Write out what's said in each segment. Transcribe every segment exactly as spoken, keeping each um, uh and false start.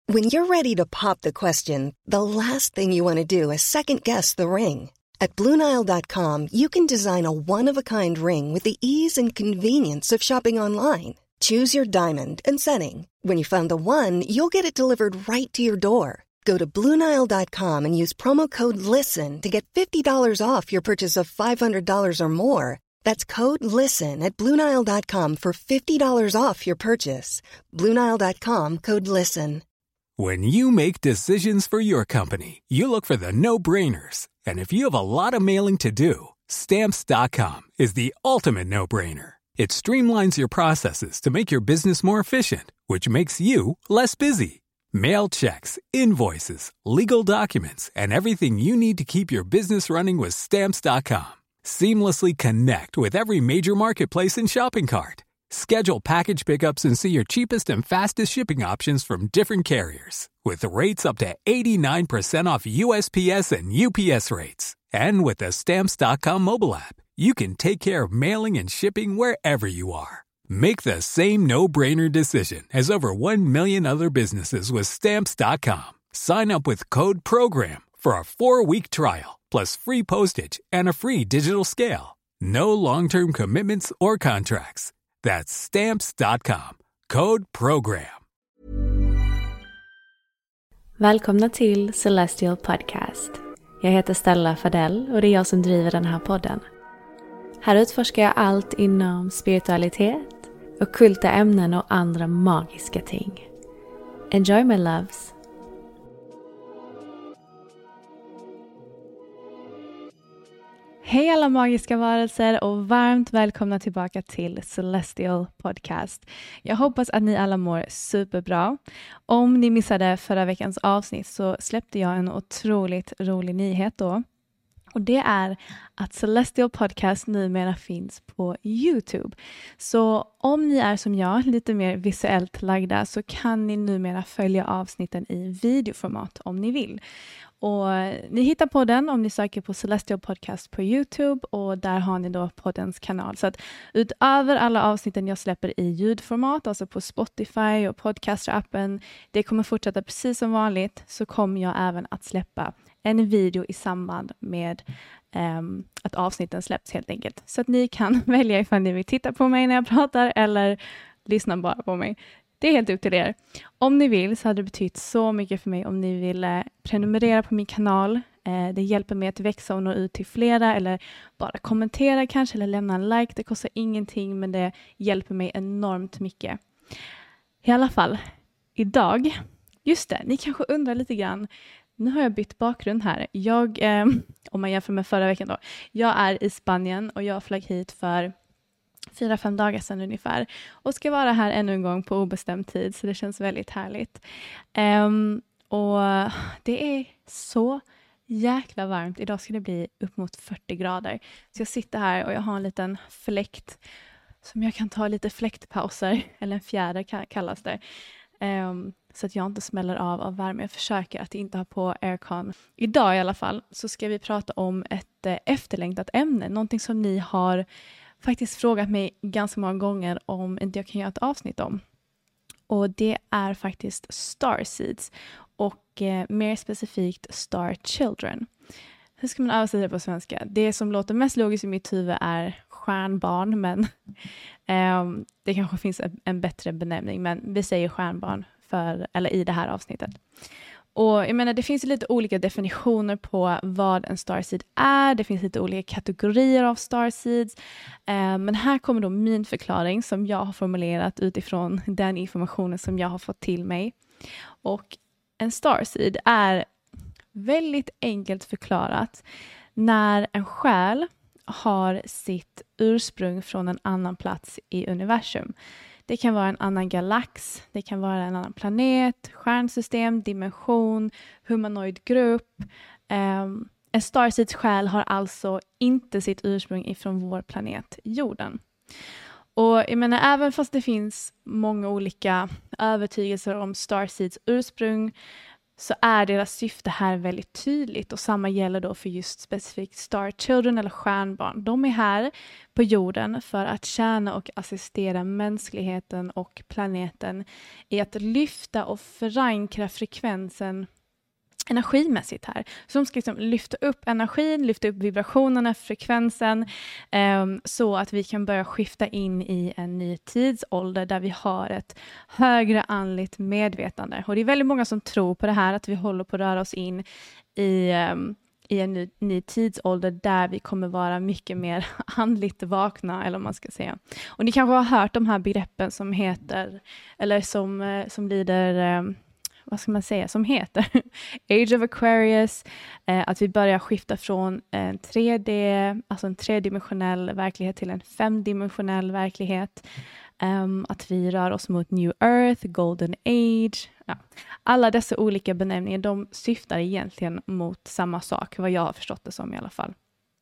When you're ready to pop the question, the last thing you want to do is second-guess the ring. At Blue Nile dot com, you can design a one-of-a-kind ring with the ease and convenience of shopping online. Choose your diamond and setting. When you find the one, you'll get it delivered right to your door. Go to Blue Nile dot com and use promo code LISTEN to get fifty dollars off your purchase of five hundred dollars or more. That's code LISTEN at Blue Nile dot com for fifty dollars off your purchase. Blue Nile dot com, code LISTEN. When you make decisions for your company, you look for the no-brainers. And if you have a lot of mailing to do, Stamps dot com is the ultimate no-brainer. It streamlines your processes to make your business more efficient, which makes you less busy. Mail checks, invoices, legal documents, and everything you need to keep your business running with Stamps dot com. Seamlessly connect with every major marketplace and shopping cart. Schedule package pickups and see your cheapest and fastest shipping options from different carriers. With rates up to eighty-nine percent off U S P S and U P S rates. And with the Stamps dot com mobile app, you can take care of mailing and shipping wherever you are. Make the same no-brainer decision as over one million other businesses with Stamps dot com. Sign up with code PROGRAM for a four-week trial, plus free postage and a free digital scale. No long-term commitments or contracts. That's Stamps dot com. Code PROGRAM. Välkomna till Celestial Podcast. Jag heter Stella Fadell och det är jag som driver den här podden. Här utforskar jag allt inom spiritualitet, ockulta ämnen och andra magiska ting. Enjoy my loves! Hej alla magiska varelser och varmt välkomna tillbaka till Celestial Podcast. Jag hoppas att ni alla mår superbra. Om ni missade förra veckans avsnitt så släppte jag en otroligt rolig nyhet då. Och det är att Celestial Podcast numera finns på YouTube. Så om ni är som jag, lite mer visuellt lagda, så kan ni numera följa avsnitten i videoformat om ni vill. Och ni hittar podden om ni söker på Celestial Podcast på YouTube och där har ni då poddens kanal. Så att utöver alla avsnitten jag släpper i ljudformat, alltså på Spotify och podcaster-appen, det kommer fortsätta precis som vanligt, så kommer jag även att släppa en video i samband med um, att avsnitten släpps helt enkelt. Så att ni kan välja ifall ni vill titta på mig när jag pratar eller lyssna bara på mig. Det är helt upp till er. Om ni vill så hade det betytt så mycket för mig om ni ville prenumerera på min kanal. Eh, det hjälper mig att växa och nå ut till flera. Eller bara kommentera kanske eller lämna en like. Det kostar ingenting men det hjälper mig enormt mycket. I alla fall, idag, just det, ni kanske undrar lite grann. Nu har jag bytt bakgrund här. Jag, eh, om man jämför med förra veckan då. Jag är i Spanien och jag flög hit för fyra, fem dagar sedan ungefär. Och ska vara här ännu en gång på obestämd tid. Så det känns väldigt härligt. Um, och det är så jäkla varmt. Idag ska det bli upp mot fyrtio grader. Så jag sitter här och jag har en liten fläkt. Som jag kan ta lite fläktpauser. Eller en fjäder kallas det. Um, så att jag inte smäller av av värme. Jag försöker att inte ha på aircon. Idag i alla fall så ska vi prata om ett eh, efterlängtat ämne. Någonting som ni har faktiskt frågat mig ganska många gånger om inte jag kan göra ett avsnitt om. Och det är faktiskt starseeds och eh, mer specifikt star children. Hur ska man översätta det på svenska? Det som låter mest logiskt i mitt huvud är stjärnbarn, men eh, det kanske finns en, en bättre benämning, men vi säger stjärnbarn för, eller i det här avsnittet. Och jag menar, det finns lite olika definitioner på vad en starseed är. Det finns lite olika kategorier av starseeds. Eh, men här kommer då min förklaring som jag har formulerat utifrån den informationen som jag har fått till mig. Och en starseed är väldigt enkelt förklarat när en själ har sitt ursprung från en annan plats i universum. Det kan vara en annan galax, det kan vara en annan planet, stjärnsystem, dimension, humanoid grupp. Um, en starseeds själ har alltså inte sitt ursprung ifrån vår planet jorden. Och jag menar, även fast det finns många olika övertygelser om starseeds ursprung, så är deras syfte här väldigt tydligt. Och samma gäller då för just specifikt Star Children eller stjärnbarn. De är här på jorden för att tjäna och assistera mänskligheten och planeten i att lyfta och förankra frekvensen energimässigt här. Så de ska liksom lyfta upp energin, lyfta upp vibrationerna, frekvensen, eh, så att vi kan börja skifta in i en ny tidsålder där vi har ett högre andligt medvetande. Och det är väldigt många som tror på det här, att vi håller på att röra oss in i, eh, i en ny, ny tidsålder där vi kommer vara mycket mer andligt vakna, eller vad man ska säga. Och ni kanske har hört de här begreppen som heter, eller som, eh, som lider... Eh, vad ska man säga, som heter Age of Aquarius, eh, att vi börjar skifta från en tre D, alltså en tredimensionell verklighet till en femdimensionell verklighet. Um, att vi rör oss mot New Earth, Golden Age. Ja. Alla dessa olika benämningar, de syftar egentligen mot samma sak, vad jag har förstått det som i alla fall.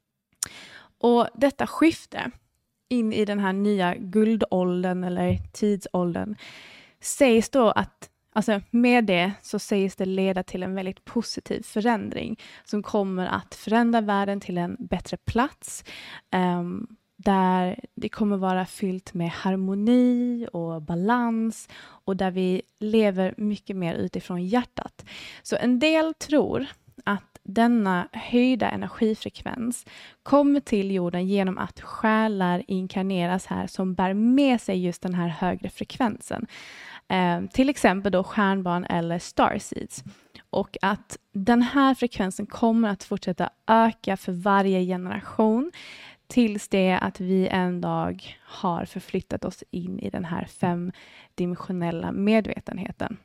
Och detta skifte in i den här nya guldåldern eller tidsåldern sägs då att Alltså med det så sägs det leda till en väldigt positiv förändring som kommer att förändra världen till en bättre plats. Um, där det kommer vara fyllt med harmoni och balans och där vi lever mycket mer utifrån hjärtat. Så en del tror att denna höjda energifrekvens kommer till jorden genom att själar inkarneras här som bär med sig just den här högre frekvensen. Eh, till exempel då stjärnbarn eller starseeds. Och att den här frekvensen kommer att fortsätta öka för varje generation tills det att vi en dag har förflyttat oss in i den här femdimensionella medvetenheten.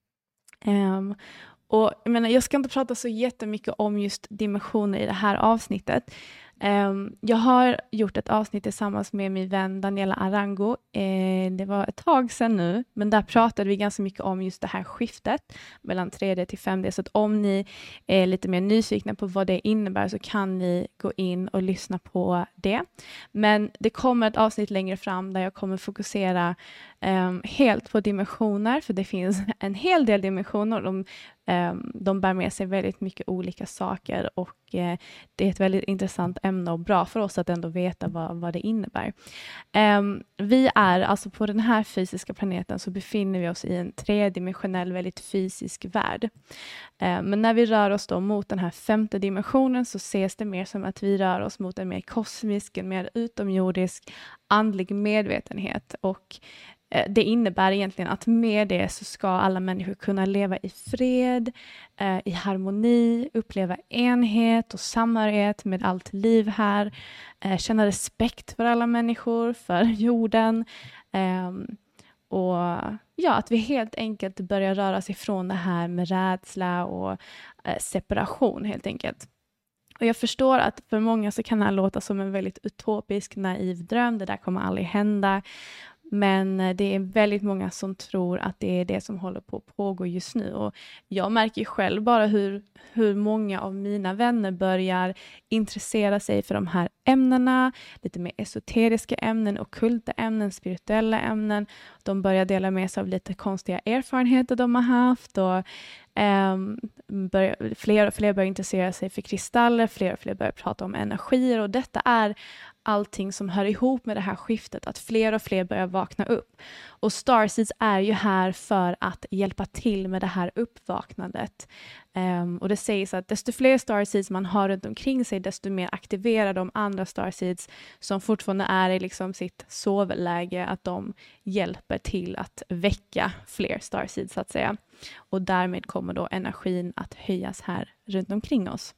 Um, och jag menar, jag ska inte prata så jättemycket om just dimensioner i det här avsnittet. Um, jag har gjort ett avsnitt tillsammans med min vän Daniela Arango. Uh, det var ett tag sedan nu, men där pratade vi ganska mycket om just det här skiftet mellan tre D till fem D. Så att om ni är lite mer nyfikna på vad det innebär så kan ni gå in och lyssna på det. Men det kommer ett avsnitt längre fram där jag kommer fokusera um, helt på dimensioner, för det finns en hel del dimensioner. De, um, de bär med sig väldigt mycket olika saker och uh, det är ett väldigt intressant ämne och bra för oss att ändå veta vad, vad det innebär. Um, vi är alltså på den här fysiska planeten så befinner vi oss i en tredimensionell, väldigt fysisk värld. Uh, men när vi rör oss då mot den här femte dimensionen så ses det mer som att vi rör oss mot en mer kosmisk, en mer utomjordisk, andlig medvetenhet. Och det innebär egentligen att med det så ska alla människor kunna leva i fred, eh, i harmoni, uppleva enhet och samhörighet med allt liv här, eh, känna respekt för alla människor, för jorden eh, och ja, att vi helt enkelt börjar röra oss ifrån det här med rädsla och eh, separation helt enkelt. Och jag förstår att för många så kan det här låta som en väldigt utopisk, naiv dröm. Det där kommer aldrig hända. Men det är väldigt många som tror att det är det som håller på att pågå just nu. Och jag märker själv bara hur, hur många av mina vänner börjar intressera sig för de här ämnena. Lite mer esoteriska ämnen, ockulta ämnen, spirituella ämnen. De börjar dela med sig av lite konstiga erfarenheter de har haft. Och um, börjar, fler och fler börjar intressera sig för kristaller. Fler och fler börjar prata om energier. Och detta är allting som hör ihop med det här skiftet, att fler och fler börjar vakna upp. Och Starseeds är ju här för att hjälpa till med det här uppvaknandet. Um, och det sägs att desto fler Starseeds man har runt omkring sig, desto mer aktiverar de andra Starseeds som fortfarande är i liksom sitt sovläge, att de hjälper till att väcka fler Starseeds så att säga. Och därmed kommer då energin att höjas här runt omkring oss.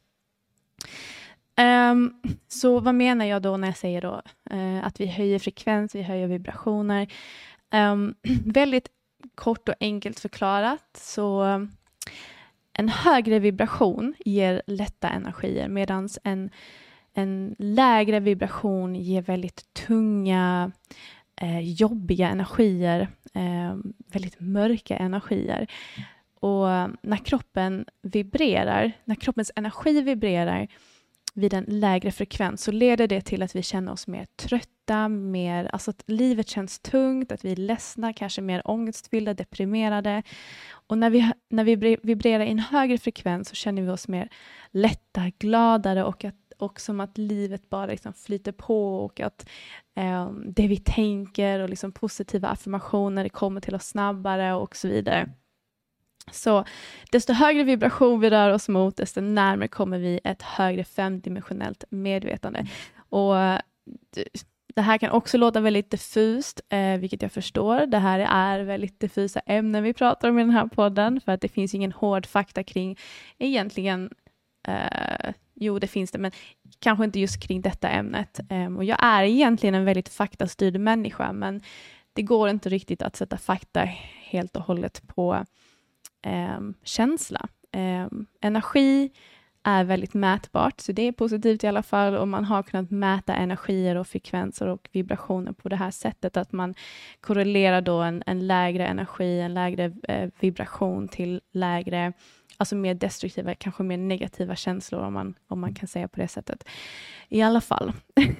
Um, så vad menar jag då när jag säger då uh, att vi höjer frekvens, vi höjer vibrationer? Um, väldigt kort och enkelt förklarat så um, en högre vibration ger lätta energier medan en, en lägre vibration ger väldigt tunga, uh, jobbiga energier, uh, väldigt mörka energier. Och när kroppen vibrerar, när kroppens energi vibrerar, vid en lägre frekvens så leder det till att vi känner oss mer trötta, mer, alltså att livet känns tungt, att vi är ledsna, kanske mer ångestfyllda, deprimerade. Och när vi, när vi vibrerar i en högre frekvens så känner vi oss mer lätta, gladare och, att, och som att livet bara liksom flyter på och att eh, det vi tänker och liksom positiva affirmationer kommer till oss snabbare och så vidare. Så desto högre vibration vi rör oss mot, desto närmare kommer vi ett högre femdimensionellt medvetande. Och det här kan också låta väldigt diffust, eh, vilket jag förstår. Det här är väldigt diffusa ämnen vi pratar om i den här podden, för att det finns ingen hård fakta kring egentligen, eh, jo det finns det, men kanske inte just kring detta ämnet. Eh, och jag är egentligen en väldigt faktastyrd människa, men det går inte riktigt att sätta fakta helt och hållet på Eh, känsla. Eh, energi är väldigt mätbart, så det är positivt i alla fall, och man har kunnat mäta energier och frekvenser och vibrationer på det här sättet, att man korrelerar då en, en lägre energi, en lägre eh, vibration till lägre, alltså mer destruktiva, kanske mer negativa känslor, om man, om man kan säga på det sättet. I alla fall.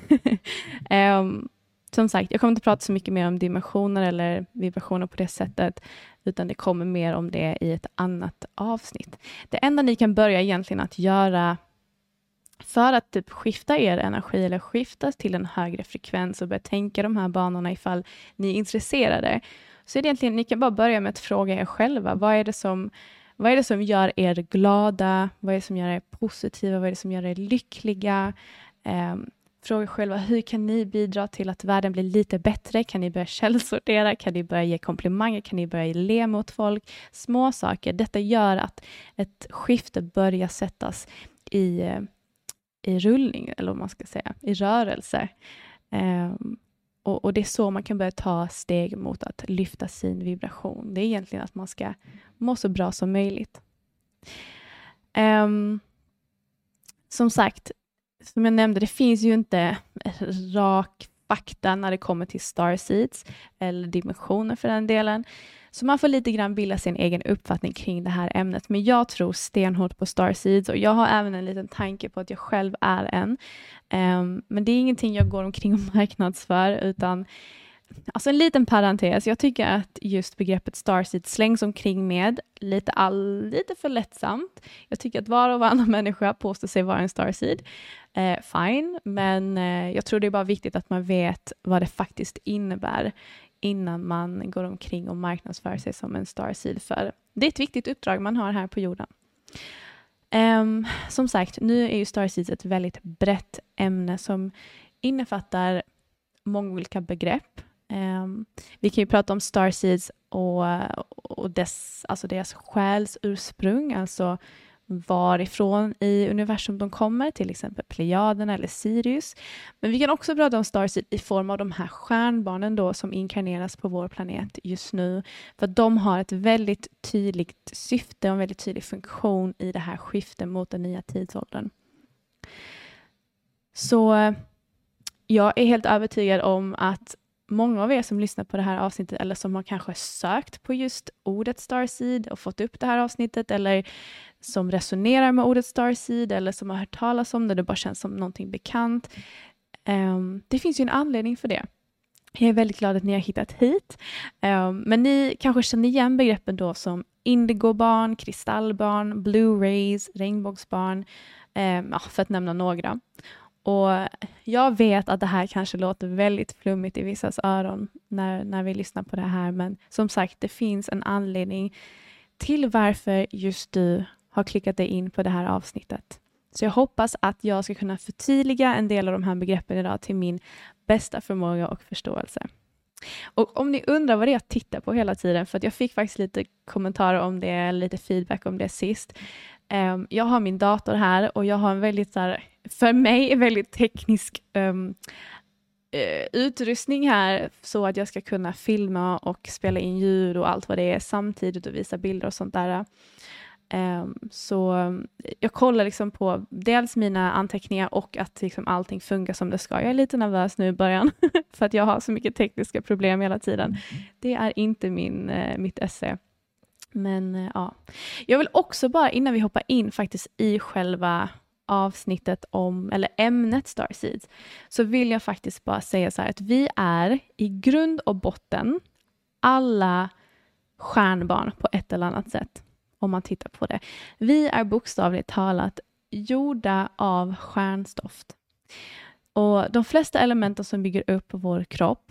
eh, Som sagt, jag kommer inte prata så mycket mer om dimensioner eller vibrationer på det sättet, utan det kommer mer om det i ett annat avsnitt. Det enda ni kan börja egentligen att göra för att typ skifta er energi eller skifta till en högre frekvens och börja tänka de här banorna ifall ni är intresserade, så är det egentligen, ni kan bara börja med att fråga er själva, vad är det som, vad är det som gör er glada? Vad är det som gör er positiva? Vad är det som gör er lyckliga? Um, Fråga själva, hur kan ni bidra till att världen blir lite bättre? Kan ni börja källsortera? Kan ni börja ge komplimanger? Kan ni börja le mot folk? Små saker. Detta gör att ett skifte börjar sättas i, i rullning, eller vad man ska säga, i rörelse. Um, och, och det är så man kan börja ta steg mot att lyfta sin vibration. Det är egentligen att man ska må så bra som möjligt. Um, som sagt, som jag nämnde, det finns ju inte rak fakta när det kommer till starseeds eller dimensioner för den delen. Så man får lite grann bilda sin egen uppfattning kring det här ämnet. Men jag tror stenhårt på starseeds, och jag har även en liten tanke på att jag själv är en. Um, men det är ingenting jag går omkring och marknadsför, utan alltså en liten parentes. Jag tycker att just begreppet starseed slängs omkring med lite, all, lite för lättsamt. Jag tycker att var och varannan människa påstår sig vara en starseed. Eh, fine, men eh, jag tror det är bara viktigt att man vet vad det faktiskt innebär innan man går omkring och marknadsför sig som en starseed. För det är ett viktigt uppdrag man har här på jorden. Um, som sagt, nu är ju starseeds ett väldigt brett ämne som innefattar många olika begrepp. Um, vi kan ju prata om starseeds och, och dess, alltså deras själs ursprung, alltså varifrån i universum de kommer, till exempel Plejaden eller Sirius. Men vi kan också prata om starseed i form av de här stjärnbarnen då som inkarneras på vår planet just nu, för att de har ett väldigt tydligt syfte och en väldigt tydlig funktion i det här skiftet mot den nya tidsåldern. Så jag är helt övertygad om att många av er som lyssnar på det här avsnittet, eller som har kanske sökt på just ordet starseed och fått upp det här avsnittet, eller som resonerar med ordet starseed, eller som har hört talas om det, det bara känns som någonting bekant. Um, det finns ju en anledning för det. Jag är väldigt glad att ni har hittat hit. Um, men ni kanske känner igen begreppen då som indigobarn, kristallbarn, blue rays, regnbågsbarn, um, ja, för att nämna några. Och jag vet att det här kanske låter väldigt flummigt i vissas öron när, när vi lyssnar på det här. Men som sagt, det finns en anledning till varför just du har klickat dig in på det här avsnittet. Så jag hoppas att jag ska kunna förtydliga en del av de här begreppen idag till min bästa förmåga och förståelse. Och om ni undrar vad det är jag tittar på hela tiden, för att jag fick faktiskt lite kommentarer om det, lite feedback om det sist. Um, jag har min dator här och jag har en väldigt, så här, för mig, väldigt teknisk um, uh, utrustning här så att jag ska kunna filma och spela in ljud och allt vad det är samtidigt och visa bilder och sånt där. Um, så um, jag kollar liksom på dels mina anteckningar och att liksom allting funkar som det ska. Jag är lite nervös nu i början för att jag har så mycket tekniska problem hela tiden. Det är inte min, uh, mitt esse. Men uh, ja, jag vill också bara innan vi hoppar in faktiskt i själva avsnittet om, eller ämnet Starseeds, så vill jag faktiskt bara säga så här att vi är i grund och botten alla stjärnbarn på ett eller annat sätt, om man tittar på det. Vi är bokstavligt talat gjorda av stjärnstoft. Och de flesta elementen som bygger upp vår kropp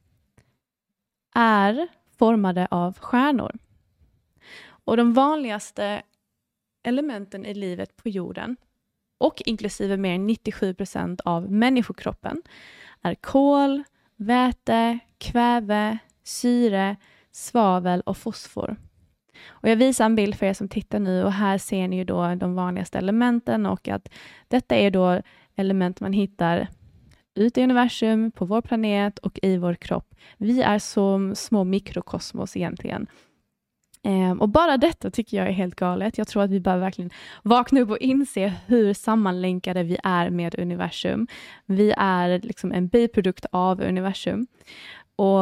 är formade av stjärnor. Och de vanligaste elementen i livet på jorden, och inklusive mer än nittiosju procent av människokroppen, är kol, väte, kväve, syre, svavel och fosfor. Och jag visar en bild för er som tittar nu, och här ser ni ju då de vanligaste elementen, och att detta är då element man hittar ute i universum, på vår planet och i vår kropp. Vi är som små mikrokosmos egentligen. Eh, och bara detta tycker jag är helt galet. Jag tror att vi behöver verkligen vakna upp och inse hur sammanlänkade vi är med universum. Vi är liksom en biprodukt av universum. Och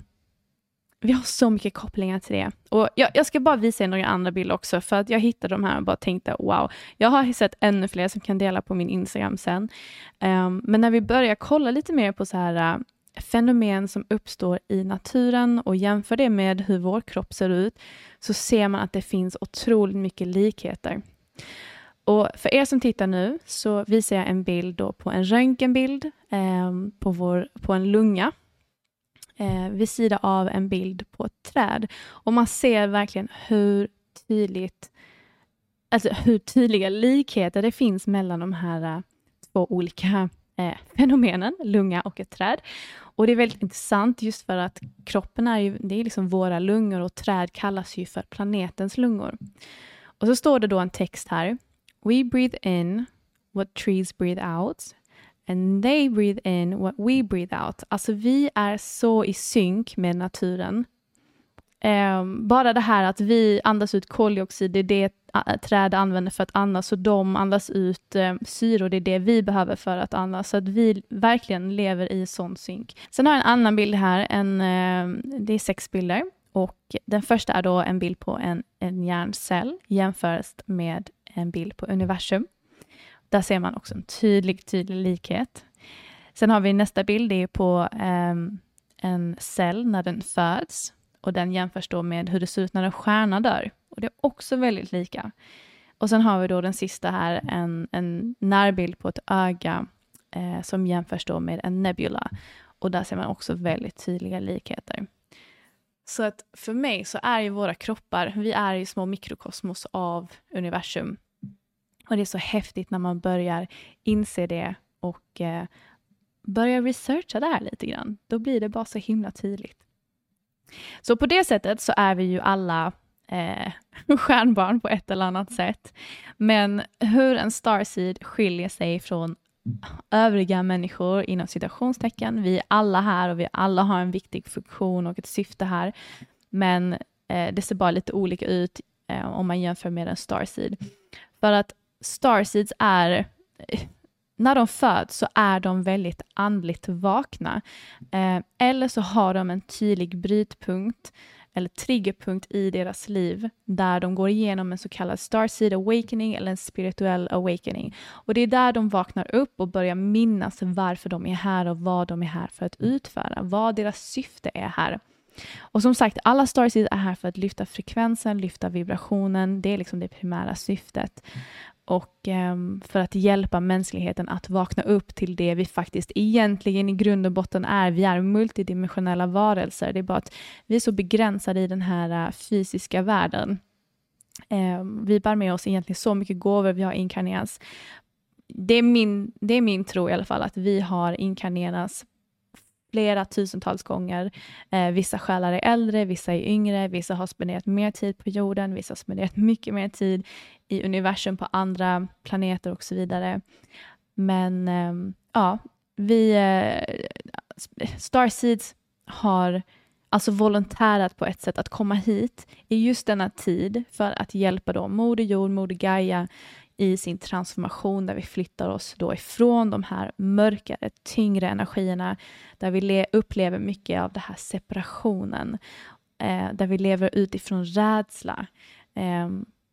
vi har så mycket kopplingar till det. Och jag, jag ska bara visa er några andra bilder också, för att jag hittade de här och bara tänkte wow. Jag har sett ännu fler som kan dela på min Instagram sen. Um, men när vi börjar kolla lite mer på så här uh, fenomen som uppstår i naturen och jämför det med hur vår kropp ser ut, så ser man att det finns otroligt mycket likheter. Och för er som tittar nu så visar jag en bild då på en röntgenbild um, på, vår, på en lunga. Eh, vid sidan av en bild på ett träd. Och man ser verkligen hur tydligt, alltså hur tydliga likheter det finns mellan de här uh, två olika eh, fenomenen, lunga och ett träd. Och det är väldigt intressant just för att kroppen är ju, det är liksom våra lungor, och träd kallas ju för planetens lungor. Och så står det då en text här. We breathe in what trees breathe out. And they breathe in what we breathe out. Alltså vi är så i synk med naturen. Um, bara det här att vi andas ut koldioxid, det är det uh, träd använder för att andas. Och de andas ut uh, syre, och det är det vi behöver för att andas. Så att vi verkligen lever i sån synk. Sen har jag en annan bild här. En, uh, det är sex bilder. Och den första är då en bild på en, en hjärncell jämfört med en bild på universum. Där ser man också en tydlig, tydlig likhet. Sen har vi nästa bild, det är på um, en cell när den föds. Och den jämförs då med hur det ser ut när en stjärna dör. Och det är också väldigt lika. Och sen har vi då den sista här, en, en närbild på ett öga eh, som jämförs då med en nebula. Och där ser man också väldigt tydliga likheter. Så att för mig så är ju våra kroppar, vi är ju små mikrokosmos av universum. Och det är så häftigt när man börjar inse det och eh, börjar researcha det här lite grann. Då blir det bara så himla tydligt. Så på det sättet så är vi ju alla eh, stjärnbarn på ett eller annat sätt. Men hur en starseed skiljer sig från övriga människor inom citationstecken. Vi är alla här och vi alla har en viktig funktion och ett syfte här. Men eh, det ser bara lite olika ut eh, om man jämför med en starseed. För att starseeds är, när de föds så är de väldigt andligt vakna. Eh, eller så har de en tydlig brytpunkt eller triggerpunkt i deras liv där de går igenom en så kallad starseed awakening eller en spirituell awakening. Och det är där de vaknar upp och börjar minnas varför de är här och vad de är här för att utföra. Vad deras syfte är här. Och som sagt, alla starseeds är här för att lyfta frekvensen, lyfta vibrationen. Det är liksom det primära syftet. Och um, för att hjälpa mänskligheten att vakna upp till det vi faktiskt egentligen i grund och botten är. Vi är multidimensionella varelser. Det är bara att vi är så begränsade i den här uh, fysiska världen. Um, vi bär med oss egentligen så mycket gåvor vi har inkarnerats. Det är min, det är min tro i alla fall att vi har inkarnerats flera tusentals gånger. Eh, vissa själar är äldre, vissa är yngre, vissa har spenderat mer tid på jorden, vissa har spenderat mycket mer tid i universum på andra planeter och så vidare. Men eh, ja, vi eh, starseeds har alltså volontärat på ett sätt att komma hit i just denna tid för att hjälpa då Moder Jord, Moder Gaia i sin transformation där vi flyttar oss då ifrån de här mörkare, tyngre energierna där vi le- upplever mycket av det här separationen. Eh, där vi lever utifrån rädsla. Eh,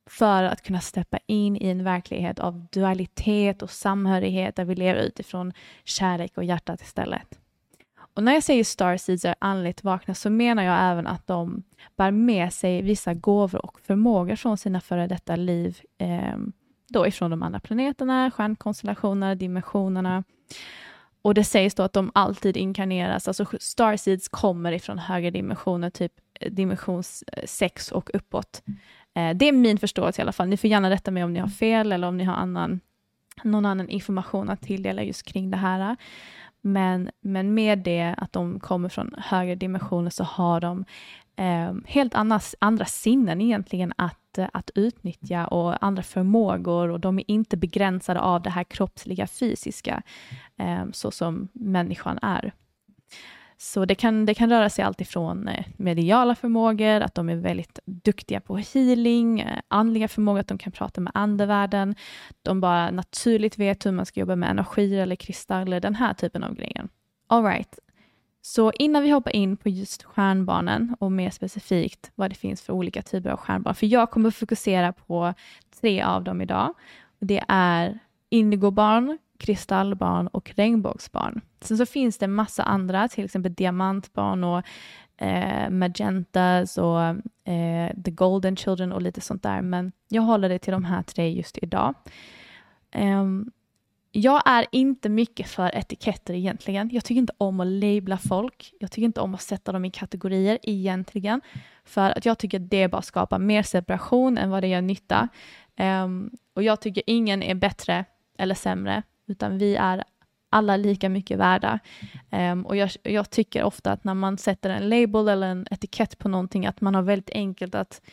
för att kunna steppa in i en verklighet av dualitet och samhörighet där vi lever utifrån kärlek och hjärtat istället. Och när jag säger starseeds är andligt vakna så menar jag även att de bär med sig vissa gåvor och förmågor från sina före detta liv, eh, då ifrån de andra planeterna, stjärnkonstellationerna, dimensionerna. Och det sägs då att de alltid inkarneras, alltså starseeds kommer ifrån högre dimensioner, typ dimension sex och uppåt. Eh, det är min förståelse i alla fall. Ni får gärna rätta mig om ni har fel eller om ni har annan, någon annan information att tilldela just kring det här. Men, men med det att de kommer från högre dimensioner så har de eh, helt annars, andra sinnen egentligen att, att utnyttja och andra förmågor, och de är inte begränsade av det här kroppsliga fysiska eh, så som människan är. Så det kan, det kan röra sig allt ifrån mediala förmågor, att de är väldigt duktiga på healing, andliga förmågor, att de kan prata med andevärlden. De bara naturligt vet hur man ska jobba med energier eller kristaller, den här typen av grejer. All right. Så innan vi hoppar in på just stjärnbarnen och mer specifikt vad det finns för olika typer av stjärnbarn. För jag kommer att fokusera på tre av dem idag. Det är indigobarn, kristallbarn och regnbågsbarn. Sen så finns det en massa andra, till exempel diamantbarn och eh, magentas och eh, the golden children och lite sånt där. Men jag håller det till de här tre just idag. Um, jag är inte mycket för etiketter egentligen. Jag tycker inte om att labla folk. Jag tycker inte om att sätta dem i kategorier egentligen. För att jag tycker att det bara skapar mer separation än vad det gör nytta. Um, och jag tycker ingen är bättre eller sämre, utan vi är alla lika mycket värda. Um, och jag, jag tycker ofta att när man sätter en label eller en etikett på någonting, att man har väldigt enkelt att,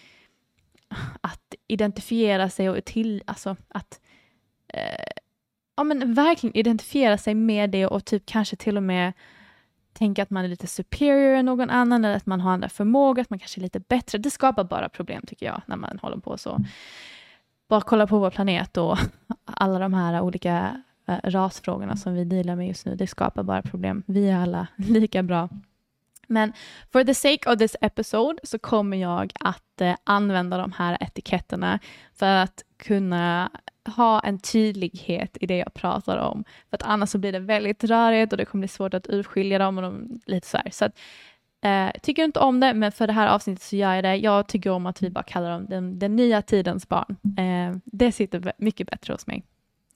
att identifiera sig och till, alltså att uh, ja, men verkligen identifiera sig med det och typ kanske till och med tänka att man är lite superior än någon annan, eller att man har andra förmågor, att man kanske är lite bättre. Det skapar bara problem tycker jag när man håller på så. Bara kolla på vår planet och alla de här olika äh, rasfrågorna som vi dealar med just nu. Det skapar bara problem. Vi är alla lika bra. Men for the sake of this episode så kommer jag att äh, använda de här etiketterna för att kunna ha en tydlighet i det jag pratar om. För att annars så blir det väldigt rörigt och det kommer bli svårt att urskilja dem och de, lite så här. Så att Eh, tycker inte om det, men för det här avsnittet så gör jag det. Jag tycker om att vi bara kallar dem den, den nya tidens barn. Eh, det sitter mycket bättre hos mig.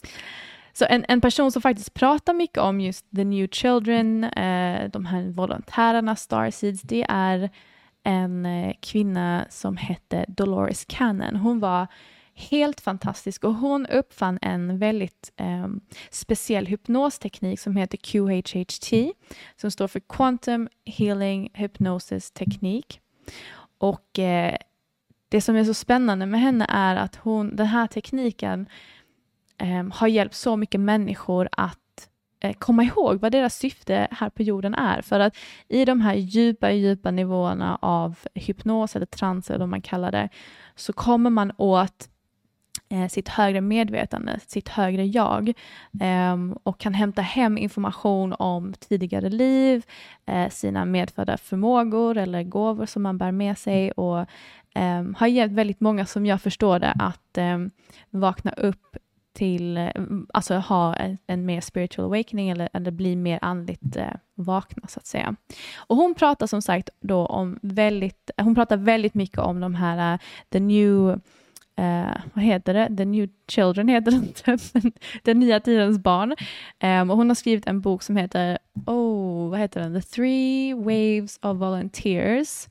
Så en, en person som faktiskt pratar mycket om just the new children, eh, de här volontärerna, starseeds, det är en eh, kvinna som hette Dolores Cannon. Hon var helt fantastisk och hon uppfann en väldigt eh, speciell hypnosteknik som heter Q H H T, som står för Quantum Healing Hypnosis Teknik. Och eh, det som är så spännande med henne är att hon, den här tekniken eh, har hjälpt så mycket människor att eh, komma ihåg vad deras syfte här på jorden är. För att i de här djupa, djupa nivåerna av hypnos eller trans eller vad man kallar det, så kommer man åt sitt högre medvetande, sitt högre jag, um, och kan hämta hem information om tidigare liv, uh, sina medfödda förmågor eller gåvor som man bär med sig, och um, har hjälpt väldigt många, som jag förstår det, att um, vakna upp till, um, alltså ha en, en mer spiritual awakening eller, eller bli mer andligt uh, vakna så att säga. Och hon pratar som sagt då om väldigt, hon pratar väldigt mycket om de här uh, the new Uh, vad heter det? The New Children heter det inte. Den nya tidens barn. Um, och hon har skrivit en bok som heter oh, vad heter den? The Three Waves of Volunteers.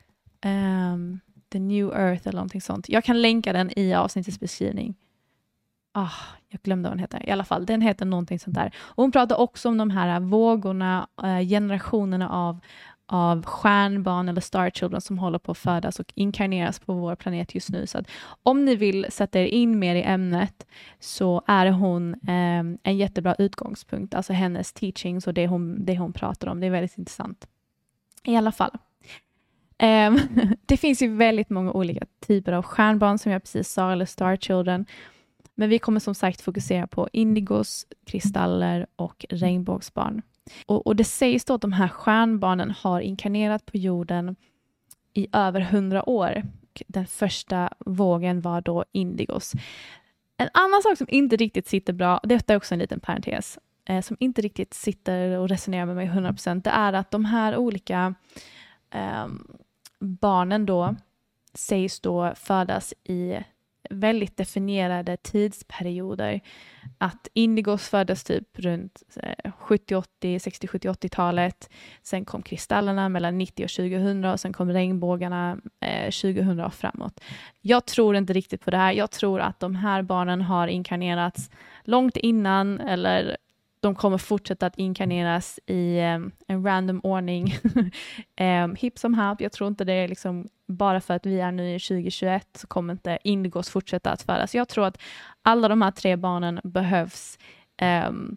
Um, The New Earth eller någonting sånt. Jag kan länka den i avsnittets beskrivning. Ah, jag glömde vad den heter. I alla fall, den heter någonting sånt där. Och hon pratar också om de här vågorna, uh, generationerna av av stjärnbarn eller star children som håller på att födas och inkarneras på vår planet just nu. Så att om ni vill sätta er in mer i ämnet så är hon eh, en jättebra utgångspunkt. Alltså hennes teachings och det hon, det hon pratar om. Det är väldigt intressant. I alla fall. Eh, det finns ju väldigt många olika typer av stjärnbarn som jag precis sa, eller star children. Men vi kommer som sagt fokusera på indigos, kristaller och regnbågsbarn. Och, och det sägs då att de här stjärnbarnen har inkarnerat på jorden i över hundra år. och den första vågen var då indigos. En annan sak som inte riktigt sitter bra, detta är också en liten parentes, eh, som inte riktigt sitter och resonerar med mig hundra procent, det är att de här olika eh, barnen då sägs då födas i väldigt definierade tidsperioder. Att indigos föddes typ runt sjuttio åttio, sextio sjuttio åttio-talet. Sen kom kristallerna mellan nittio och tjugohundra och sen kom regnbågarna eh, tjugohundra och framåt. Jag tror inte riktigt på det här. Jag tror att de här barnen har inkarnerats långt innan, eller de kommer fortsätta att inkarneras i um, en random ordning. um, hipp som happ. Jag tror inte det är liksom bara för att vi är nu i tjugo tjugoett så kommer inte indigos fortsätta att födas. Jag tror att alla de här tre barnen behövs um,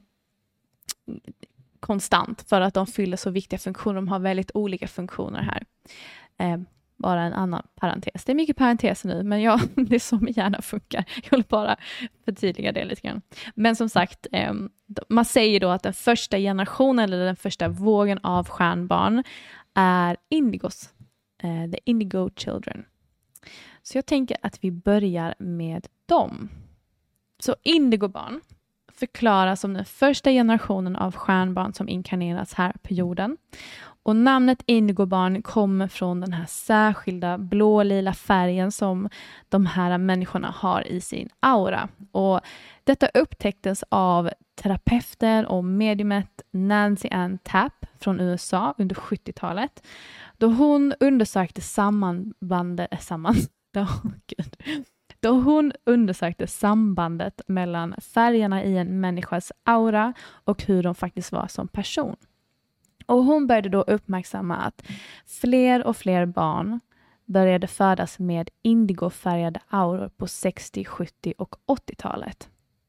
konstant för att de fyller så viktiga funktioner. De har väldigt olika funktioner här. Um, bara en annan parentes. Det är mycket parenteser nu, men ja, det är så min hjärna funkar. Jag vill bara förtydliga det lite grann. Men som sagt, eh, man säger då att den första generationen eller den första vågen av stjärnbarn är indigos. Eh, the indigo children. Så jag tänker att vi börjar med dem. Så indigobarn förklaras som den första generationen av stjärnbarn som inkarnerats här på jorden. Och namnet indigobarn kommer från den här särskilda blå-lila färgen som de här människorna har i sin aura. Och detta upptäcktes av terapeuten och mediumet Nancy Ann Tapp från U S A under sjuttiotalet. Då hon undersökte sammanbandet, samman, då, Gud, då hon undersökte sambandet mellan färgerna i en människas aura och hur de faktiskt var som person. Och hon började då uppmärksamma att fler och fler barn började födas med indigofärgade auror på sextio, sjuttio och åttiotalet.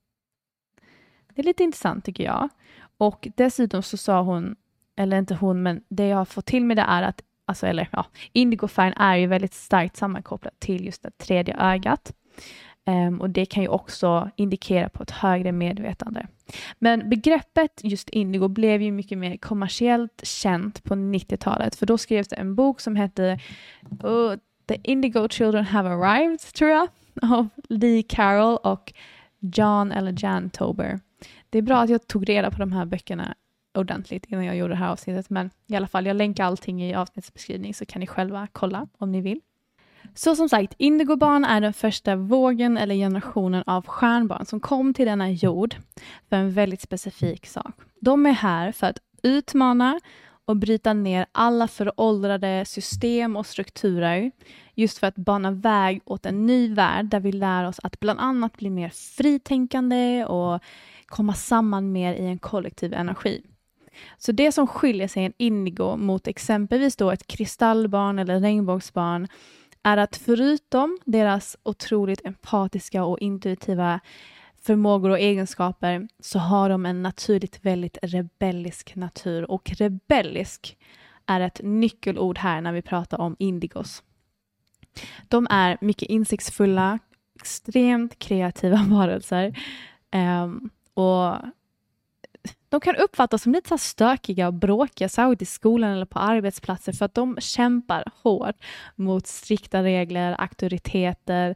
Det är lite intressant tycker jag. Och dessutom så sa hon, eller inte hon, men det jag har fått till med det är att, alltså, eller ja, indigofärgen är ju väldigt starkt sammankopplat till just det tredje ögat. Um, och det kan ju också indikera på ett högre medvetande. Men begreppet just indigo blev ju mycket mer kommersiellt känt på nittiotalet. För då skrevs det en bok som hette oh, The Indigo Children Have Arrived, tror jag. Av Lee Carroll och John eller Jan Tober. Det är bra att jag tog reda på de här böckerna ordentligt innan jag gjorde det här avsnittet. Men i alla fall, jag länkar allting i avsnittsbeskrivning så kan ni själva kolla om ni vill. Så som sagt, indigobarn är den första vågen eller generationen av stjärnbarn som kom till denna jord för en väldigt specifik sak. De är här för att utmana och bryta ner alla föråldrade system och strukturer just för att bana väg åt en ny värld där vi lär oss att bland annat bli mer fritänkande och komma samman mer i en kollektiv energi. Så det som skiljer sig en indigo mot exempelvis då ett kristallbarn eller regnbågsbarn är att förutom deras otroligt empatiska och intuitiva förmågor och egenskaper så har de en naturligt väldigt rebellisk natur. Och rebellisk är ett nyckelord här när vi pratar om indigos. De är mycket insiktsfulla, extremt kreativa varelser um, och de kan uppfattas som lite så stökiga och bråkiga, särskilt i skolan eller på arbetsplatser för att de kämpar hårt mot strikta regler, auktoriteter,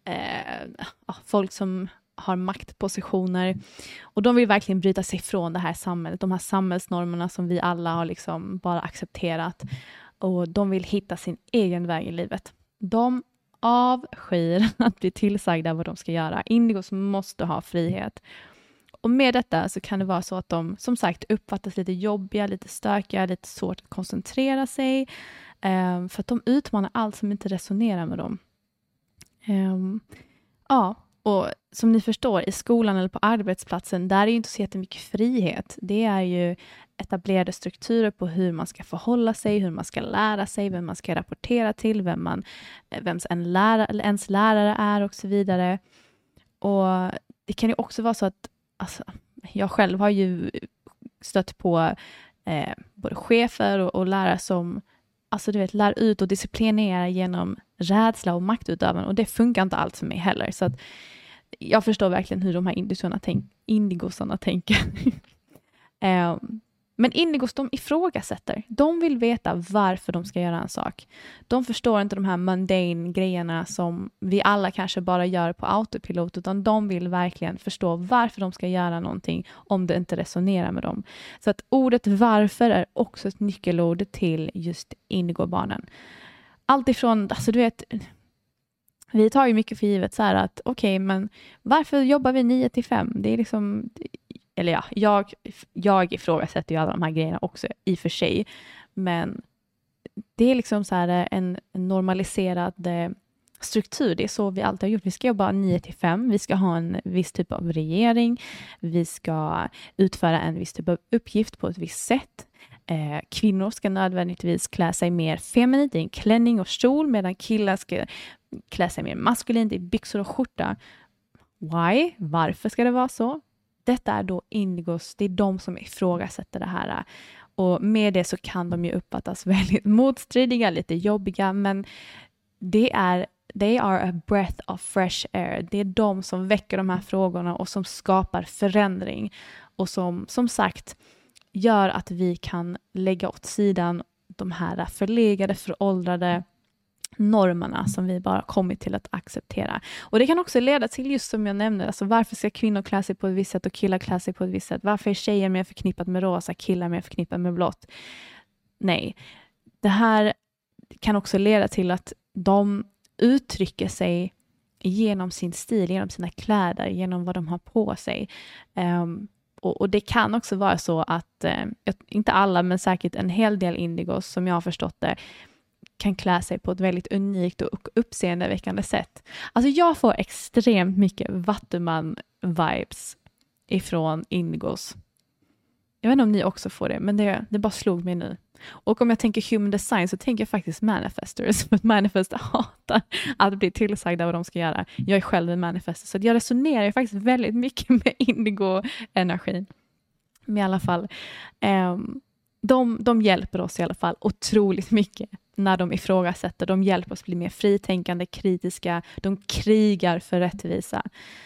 eh, folk som har maktpositioner. Och de vill verkligen bryta sig från det här samhället, de här samhällsnormerna som vi alla har liksom bara accepterat. Och de vill hitta sin egen väg i livet. De avskyr att bli tillsagda vad de ska göra. Indigos måste ha frihet. Och med detta så kan det vara så att de som sagt uppfattas lite jobbiga, lite stökiga, lite svårt att koncentrera sig. Um, för att de utmanar allt som inte resonerar med dem. Um, ja, och som ni förstår i skolan eller på arbetsplatsen, där är ju inte så jättemycket frihet. Det är ju etablerade strukturer på hur man ska förhålla sig, hur man ska lära sig, vem man ska rapportera till, vem man, vems en lärare, eller ens lärare är och så vidare. Och det kan ju också vara så att alltså, jag själv har ju stött på eh, både chefer och, och lärare som alltså, du vet, lär ut och disciplinerar genom rädsla och maktutövande. Och det funkar inte alls för mig heller. Så att jag förstår verkligen hur de här indigosarna tänk, indigosarna tänker. eh, Men indigos, de ifrågasätter. De vill veta varför de ska göra en sak. De förstår inte de här mundane grejerna som vi alla kanske bara gör på autopilot, utan de vill verkligen förstå varför de ska göra någonting om det inte resonerar med dem. Så att ordet varför är också ett nyckelord till just indigobarnen. Allt ifrån, alltså du vet, vi tar ju mycket för givet så här att okej, okay, men varför jobbar vi nio till fem? Det är liksom, eller ja, jag, jag ifrågasätter ju alla de här grejerna också i och för sig. Men det är liksom så här en normaliserad struktur. Det är så vi alltid har gjort. Vi ska jobba nio till fem. Vi ska ha en viss typ av regering. Vi ska utföra en viss typ av uppgift på ett visst sätt. Eh, kvinnor ska nödvändigtvis klä sig mer feminint i en klänning och kjol, medan killar ska klä sig mer maskulint i byxor och skjorta. Why? Varför ska det vara så? Detta är då indigos, det är de som ifrågasätter det här. Och med det så kan de ju uppfattas väldigt motstridiga, lite jobbiga, men det är, they are a breath of fresh air. Det är de som väcker de här frågorna och som skapar förändring. Och som, som sagt, gör att vi kan lägga åt sidan de här förlegade, föråldrade normerna som vi bara kommit till att acceptera. Och det kan också leda till just som jag nämnde, alltså varför ska kvinnor klä sig på ett visst sätt och killar klä sig på ett visst sätt? Varför är tjejer mer förknippat med rosa, killar mer förknippat med blått? Nej, det här kan också leda till att de uttrycker sig genom sin stil, genom sina kläder, genom vad de har på sig. Um, och, och det kan också vara så att, uh, inte alla men säkert en hel del indigos som jag har förstått det, kan klä sig på ett väldigt unikt och uppseendeväckande sätt. Alltså jag får extremt mycket Vattuman-vibes ifrån indigos. Jag vet inte om ni också får det, men det, det bara slog mig nu. Och om jag tänker human design så tänker jag faktiskt manifestors. För att manifest hatar att bli tillsagda vad de ska göra. Jag är själv en manifester, så jag resonerar ju faktiskt väldigt mycket med indigo-energin. Men i alla fall, um, de, de hjälper oss i alla fall otroligt mycket när de ifrågasätter. De hjälper oss bli mer fritänkande, kritiska. De krigar för rättvisa.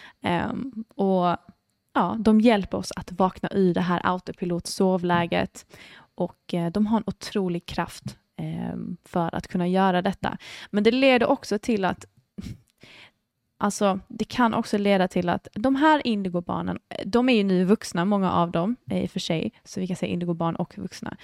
Um, och ja, de hjälper oss att vakna ur det här autopilot-sovläget. Och eh, de har en otrolig kraft eh, för att kunna göra detta. Men det leder också till att alltså det kan också leda till att de här indigobarnen, de är ju nu vuxna, många av dem i och för sig, så vi kan säga indigobarn och vuxna.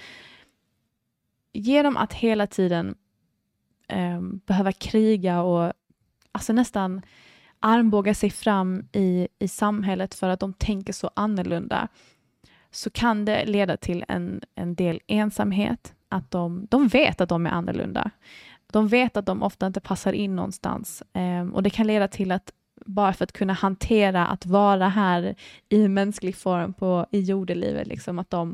Genom att hela tiden eh, behöva kriga och alltså nästan armbåga sig fram i, i samhället för att de tänker så annorlunda, så kan det leda till en, en del ensamhet. Att de, de vet att de är annorlunda. De vet att de ofta inte passar in någonstans. Um, och det kan leda till att bara för att kunna hantera att vara här i mänsklig form på, i jordelivet, liksom, att de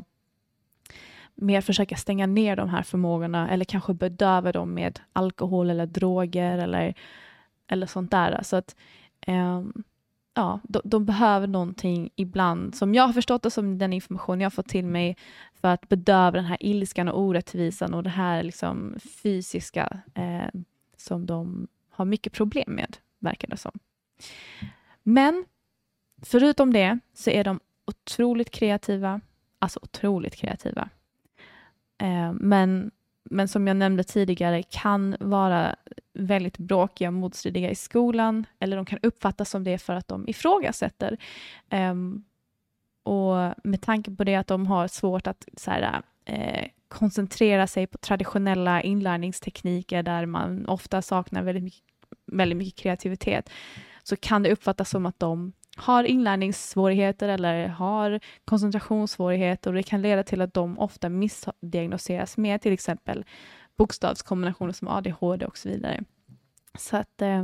mer försöker stänga ner de här förmågorna eller kanske bedöva dem med alkohol eller droger eller, eller sånt där. Så att um, ja, de, de behöver någonting ibland, som jag har förstått det, som den information jag har fått till mig, för att bedöva den här ilskan och orättvisan och det här liksom fysiska eh, som de har mycket problem med, verkar det som. Men förutom det så är de otroligt kreativa, alltså otroligt kreativa. Eh, men, men som jag nämnde tidigare kan vara väldigt bråkiga och motstridiga i skolan, eller de kan uppfattas som det för att de ifrågasätter. Um, och med tanke på det att de har svårt att så här, eh, koncentrera sig på traditionella inlärningstekniker där man ofta saknar väldigt mycket, väldigt mycket kreativitet, så kan det uppfattas som att de har inlärningssvårigheter eller har koncentrationssvårigheter, och det kan leda till att de ofta missdiagnoseras med till exempel bokstavskombinationer som A D H D och så vidare. Så att eh,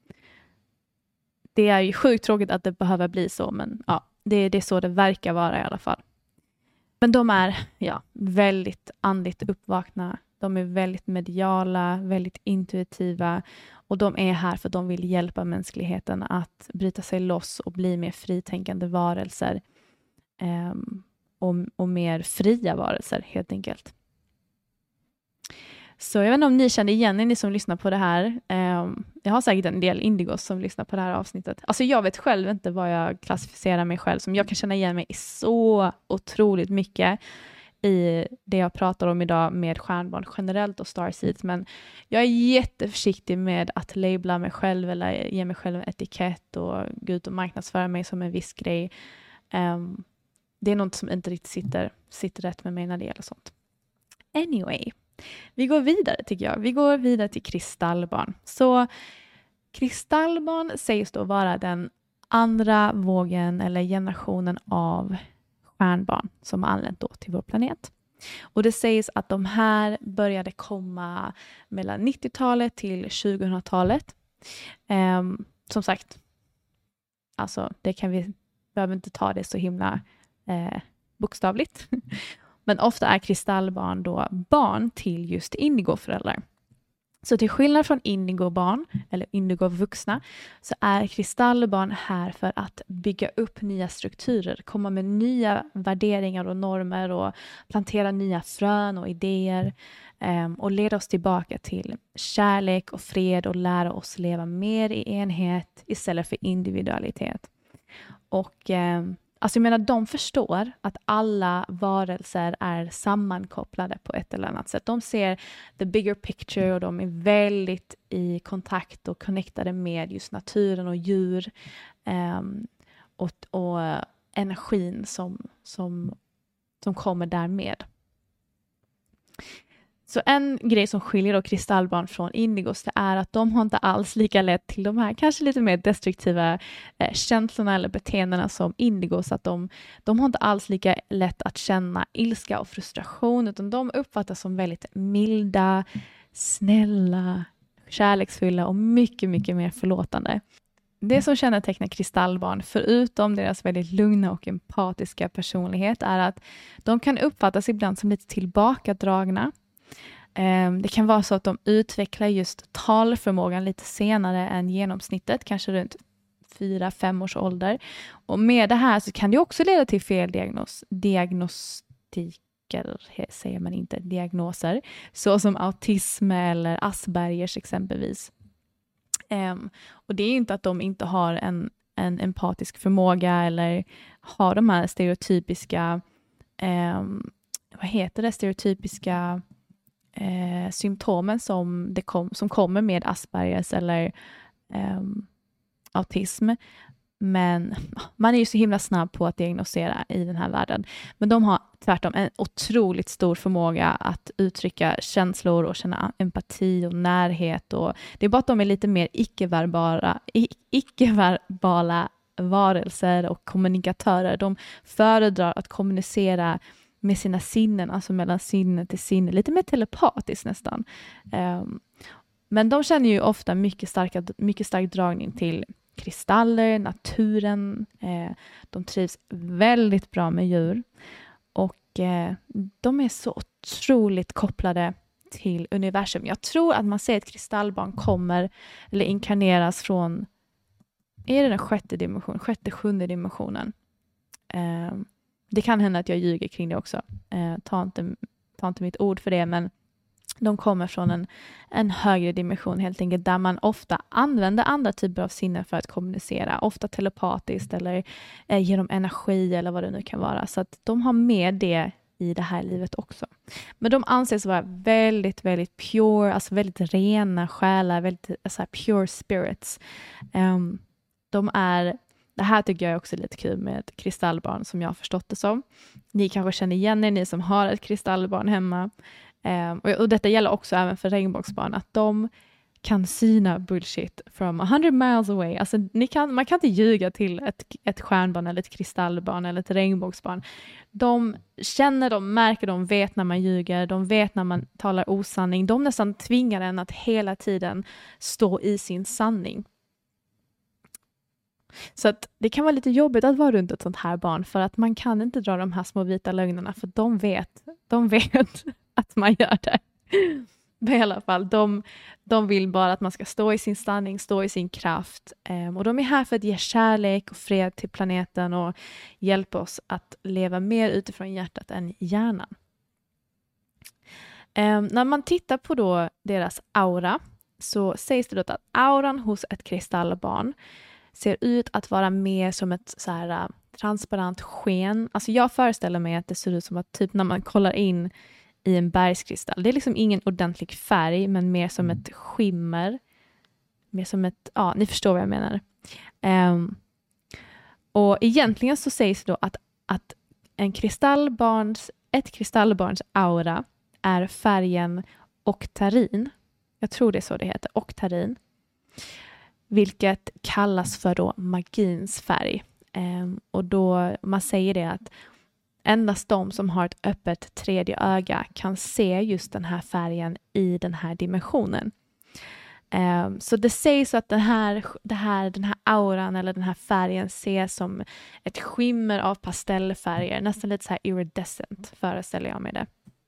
det är ju sjukt tråkigt att det behöver bli så, men ja, det, det är så det verkar vara i alla fall. Men de är ja, väldigt andligt uppvakna. De är väldigt mediala, väldigt intuitiva, och de är här för att de vill hjälpa mänskligheten att bryta sig loss och bli mer fritänkande varelser eh, och, och mer fria varelser helt enkelt. Så jag vet inte om ni känner igen er, ni som lyssnar på det här. Um, jag har säkert en del indigos som lyssnar på det här avsnittet. Alltså jag vet själv inte vad jag klassificerar mig själv som. Jag kan känna igen mig i så otroligt mycket. i det jag pratar om idag med stjärnbarn generellt och starseeds, men jag är jätteförsiktig med att labla mig själv eller ge mig själv en etikett och gå ut och marknadsföra mig som en viss grej. Um, det är något som inte riktigt sitter, sitter rätt med mig när det gäller sånt. Anyway, vi går vidare tycker jag. Vi går vidare till kristallbarn. Så kristallbarn sägs då vara den andra vågen eller generationen av stjärnbarn som har anlänt då till vår planet. Och det sägs att de här började komma mellan nittiotalet till tjugohundratalet. Um, som sagt, alltså det kan vi, behöver inte ta det så himla eh, bokstavligt. Men ofta är kristallbarn då barn till just indigoföräldrar. Så till skillnad från indigobarn eller indigovuxna så är kristallbarn här för att bygga upp nya strukturer, komma med nya värderingar och normer och plantera nya frön och idéer um, och leda oss tillbaka till kärlek och fred och lära oss leva mer i enhet istället för individualitet. Och um, Alltså jag menar, de förstår att alla varelser är sammankopplade på ett eller annat sätt. De ser the bigger picture och de är väldigt i kontakt och connectade med just naturen och djur um, och, och energin som, som, som kommer därmed. Så en grej som skiljer då kristallbarn från indigos det är att de har inte alls lika lätt till de här kanske lite mer destruktiva eh, känslorna eller beteendena som indigos. Att de, de har inte alls lika lätt att känna ilska och frustration utan de uppfattas som väldigt milda, snälla, kärleksfulla och mycket, mycket mer förlåtande. Det som kännetecknar kristallbarn, förutom deras väldigt lugna och empatiska personlighet, är att de kan uppfattas ibland som lite tillbakadragna. Det kan vara så att de utvecklar just talförmågan lite senare än genomsnittet, kanske runt fyra fem års ålder. Och med det här så kan det också leda till feldiagnos, diagnostiker, säger man inte, diagnoser, så som autism eller Aspergers exempelvis. Um, och det är inte att de inte har en, en empatisk förmåga eller har de här stereotypiska um, vad heter det, stereotypiska eh, symptomen som, det kom, som kommer med Aspergers eller um, autism. Men man är ju så himla snabb på att diagnosera i den här världen. Men de har tvärtom en otroligt stor förmåga att uttrycka känslor och känna empati och närhet. Och det är bara att de är lite mer icke-verbala, icke-verbala varelser och kommunikatörer. De föredrar att kommunicera med sina sinnen, alltså mellan sinne till sinne. Lite mer telepatiskt nästan. Um, men de känner ju ofta mycket, starka, mycket stark dragning till kristaller, naturen. Eh, de trivs väldigt bra med djur. Och eh, de är så otroligt kopplade till universum. Jag tror att man ser att kristallbarn kommer eller inkarneras från, är det den sjätte dimensionen, sjätte, sjunde dimensionen. Eh, det kan hända att jag ljuger kring det också. Eh, ta, inte, ta inte mitt ord för det, men de kommer från en, en högre dimension helt enkelt, där man ofta använder andra typer av sinnen för att kommunicera. Ofta telepatiskt eller eh, genom energi eller vad det nu kan vara. Så att de har med det i det här livet också. Men de anses vara väldigt, väldigt pure, alltså väldigt rena själar, väldigt alltså, pure spirits. Um, de är, det här tycker jag är också lite kul med kristallbarn som jag har förstått det som. Ni kanske känner igen er, ni som har ett kristallbarn hemma. Um, och, och detta gäller också även för regnbågsbarn, att de kan syna bullshit from a hundred miles away. Alltså, ni kan, man kan inte ljuga till ett, ett stjärnbarn eller ett kristallbarn eller ett regnbågsbarn. De känner, de märker, de vet när man ljuger, de vet när man talar osanning. De nästan tvingar en att hela tiden stå i sin sanning. Så att det kan vara lite jobbigt att vara runt ett sånt här barn, för att man kan inte dra de här små vita lögnerna, för de vet, de vet att man gör det. Men i alla fall, de, de vill bara att man ska stå i sin sanning, stå i sin kraft. Um, och de är här för att ge kärlek och fred till planeten och hjälpa oss att leva mer utifrån hjärtat än hjärnan. Um, när man tittar på då deras aura så sägs det då att auran hos ett kristallbarn ser ut att vara mer som ett så här uh, transparent sken. Alltså jag föreställer mig att det ser ut som att typ när man kollar in i en bergskristall. Det är liksom ingen ordentlig färg, men mer som ett skimmer. Mer som ett, ja, ni förstår vad jag menar. Um, och egentligen så sägs då att, att en kristallbarns, ett kristallbarns aura är färgen oktarin. Jag tror det är så det heter, oktarin. Vilket kallas för då magins färg. Um, och då man säger det att endast de som har ett öppet tredje öga kan se just den här färgen i den här dimensionen. Um, så det sägs att den här, det här, den här auran eller den här färgen ses som ett skimmer av pastellfärger. Nästan lite så här iridescent föreställer jag mig det.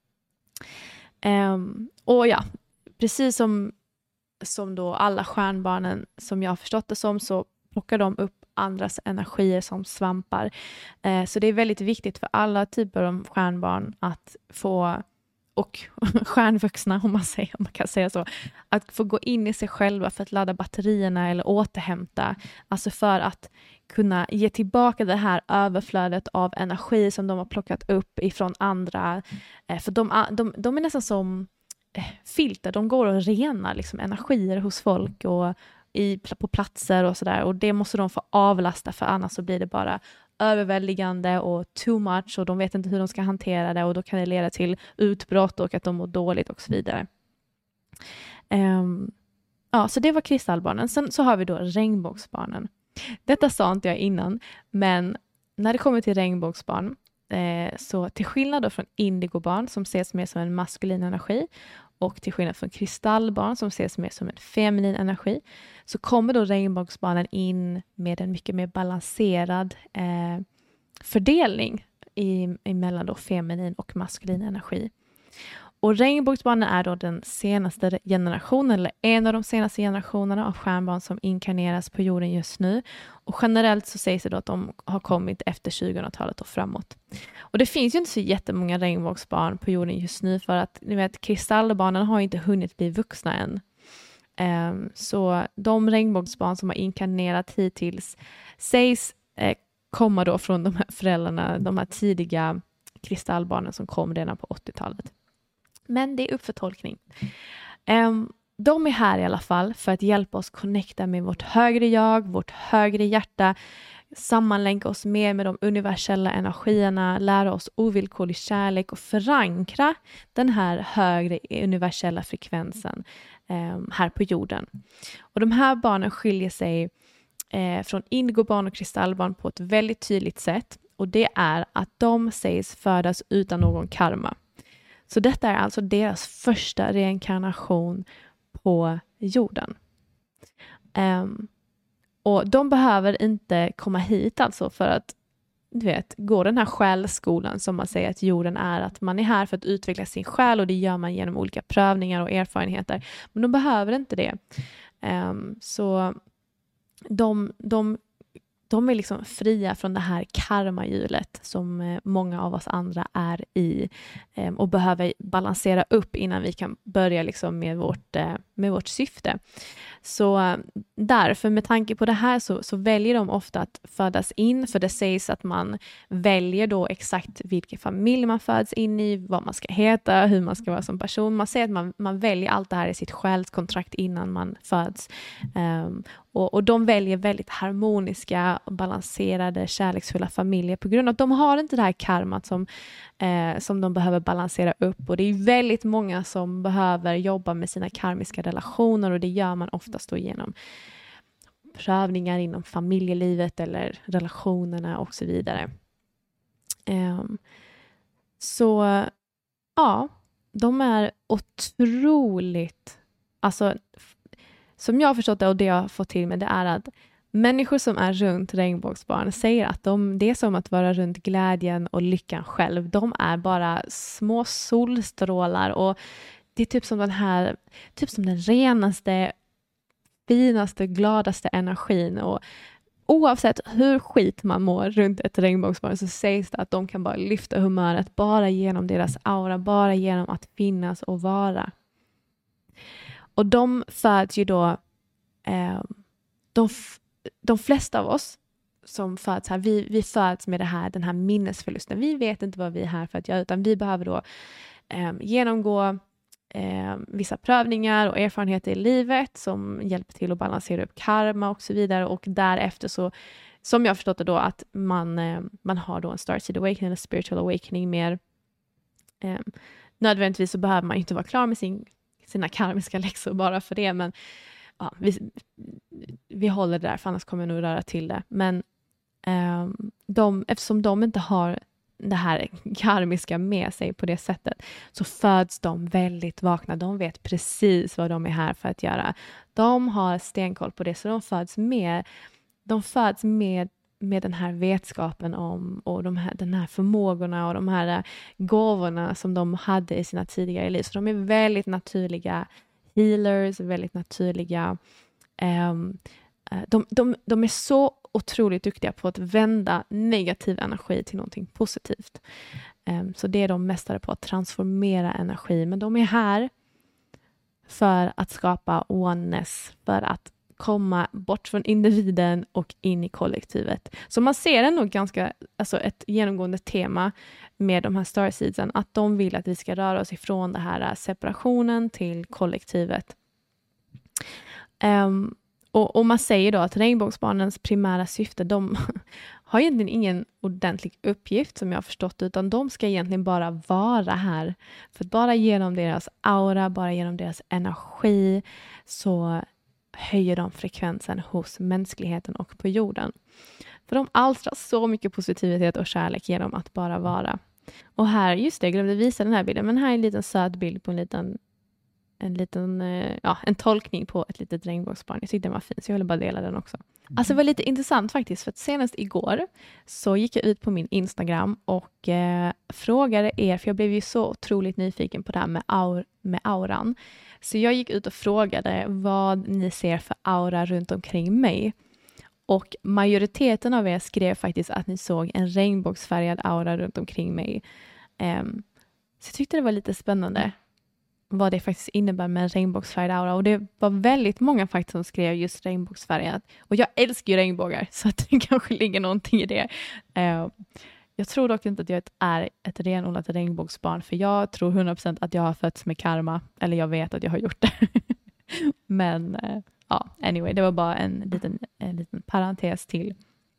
Um, och ja, precis som, som då alla stjärnbarnen som jag har förstått det som, så plockar de upp andras energier som svampar. Uh, så det är väldigt viktigt för alla typer av stjärnbarn att få, och stjärnvuxna om man, säger, om man kan säga så, att få gå in i sig själva för att ladda batterierna eller återhämta. Alltså för att kunna ge tillbaka det här överflödet av energi som de har plockat upp ifrån andra. För de, de, de är nästan som filter. De går och renar liksom energier hos folk och i, på platser och sådär. Och det måste de få avlasta, för annars så blir det bara överväldigande och too much, och de vet inte hur de ska hantera det, och då kan det leda till utbrott och att de mår dåligt och så vidare. Um, ja, så det var kristallbarnen. Sen så har vi då regnbågsbarnen. Detta sa inte jag innan, men när det kommer till regnbågsbarn, eh, så till skillnad då från indigobarn som ses mer som en maskulin energi, och till skillnad från kristallbarn som ses mer som en feminin energi, så kommer då regnbågsbarnen in med en mycket mer balanserad eh, fördelning i, mellan då feminin och maskulin energi. Och regnbågsbarnen är då den senaste generationen, eller en av de senaste generationerna av stjärnbarn som inkarneras på jorden just nu. Och generellt så sägs det då att de har kommit efter tjugohundratalet och framåt. Och det finns ju inte så jättemånga regnbågsbarn på jorden just nu, för att ni vet, kristallbarnen har inte hunnit bli vuxna än. Um, så de regnbågsbarn som har inkarnerat hittills sägs eh, komma då från de här föräldrarna, de här tidiga kristallbarnen som kom redan på åttiotalet. Men det är upp för tolkning. Um, de är här i alla fall för att hjälpa oss connecta med vårt högre jag, vårt högre hjärta, sammanlänka oss mer med de universella energierna, lära oss ovillkorlig kärlek och förankra den här högre universella frekvensen um, här på jorden. Och de här barnen skiljer sig eh, från indigobarn och kristallbarn på ett väldigt tydligt sätt, och det är att de sägs födas utan någon karma. Så detta är alltså deras första reinkarnation på jorden. Um, och de behöver inte komma hit alltså för att, du vet, gå den här själsskolan som man säger att jorden är. Att man är här för att utveckla sin själ, och det gör man genom olika prövningar och erfarenheter. Men de behöver inte det. Um, så de... de De är liksom fria från det här karmahjulet som många av oss andra är i, och behöver balansera upp innan vi kan börja liksom med, vårt, med vårt syfte. Så därför, med tanke på det här, så, så väljer de ofta att födas in, för det sägs att man väljer då exakt vilken familj man föds in i, vad man ska heta, hur man ska vara som person. Man säger att man, man väljer allt det här i sitt själskontrakt innan man föds. Um, Och, och de väljer väldigt harmoniska, balanserade, kärleksfulla familjer på grund av att de har inte det här karmat som, eh, som de behöver balansera upp. Och det är väldigt många som behöver jobba med sina karmiska relationer, och det gör man oftast då genom prövningar inom familjelivet eller relationerna och så vidare. Eh, så ja, de är otroligt, alltså som jag har förstått det och det jag har fått till mig, det är att människor som är runt regnbågsbarn säger att de, det är som att vara runt glädjen och lyckan själv. De är bara små solstrålar, och det är typ som den här, typ som den renaste, finaste, gladaste energin. Och oavsett hur skit man mår runt ett regnbågsbarn, så sägs det att de kan bara lyfta humöret bara genom deras aura, bara genom att finnas och vara. Och de föds ju då, eh, de, de flesta av oss som föds här, vi, vi föds med det här, den här minnesförlusten. Vi vet inte vad vi är här för att göra, utan vi behöver då eh, genomgå eh, vissa prövningar och erfarenheter i livet som hjälper till att balansera upp karma och så vidare. Och därefter så, som jag har förstått det då, att man, eh, man har då en Starseed Awakening eller Spiritual Awakening mer. Eh, nödvändigtvis så behöver man inte vara klar med sin, sina karmiska läxor bara för det, men ja, vi, vi håller det där, för annars kommer jag nog röra till det. Men eh, de, eftersom de inte har det här karmiska med sig på det sättet, så föds de väldigt vakna. De vet precis vad de är här för att göra. De har stenkoll på det, så de föds med, de föds med, med den här vetskapen om och de här, den här förmågorna och de här gåvorna som de hade i sina tidigare liv. Så de är väldigt naturliga healers, väldigt naturliga. Um, de, de, de är så otroligt duktiga på att vända negativ energi till någonting positivt. Um, så det är de mästare på att transformera energi. Men de är här för att skapa oneness, för att komma bort från individen och in i kollektivet. Så man ser ändå ganska, alltså ett genomgående tema med de här starseedsen, att de vill att vi ska röra oss ifrån det här separationen till kollektivet. Um, och, och man säger då att regnbågsbarnens primära syfte, de har egentligen ingen ordentlig uppgift som jag har förstått, utan de ska egentligen bara vara här. För att bara genom deras aura, bara genom deras energi, så höjer de frekvensen hos mänskligheten och på jorden. För de alstrar så mycket positivitet och kärlek genom att bara vara. Och här, just det, jag glömde visa den här bilden, men här är en liten söt bild på en liten, en liten, ja, en tolkning på ett litet regnbågsbarn. Jag tyckte den var fin, så jag ville bara dela den också. Alltså det var lite intressant faktiskt, för att senast igår så gick jag ut på min Instagram och eh, frågade er, för jag blev ju så otroligt nyfiken på det här med, aur, med auran. Så jag gick ut och frågade vad ni ser för aura runt omkring mig. Och majoriteten av er skrev faktiskt att ni såg en regnbågsfärgad aura runt omkring mig. Um, så jag tyckte det var lite spännande vad det faktiskt innebär med en regnbågsfärgad aura. Och det var väldigt många faktiskt som skrev just regnbågsfärgad. Och jag älskar ju regnbågar, så att det kanske ligger någonting i det. Uh, jag tror dock inte att jag är ett renodlat regnbågsbarn, för jag tror hundra procent att jag har fötts med karma. Eller jag vet att jag har gjort det. Men uh, ja, anyway, det var bara en liten, en liten parentes till.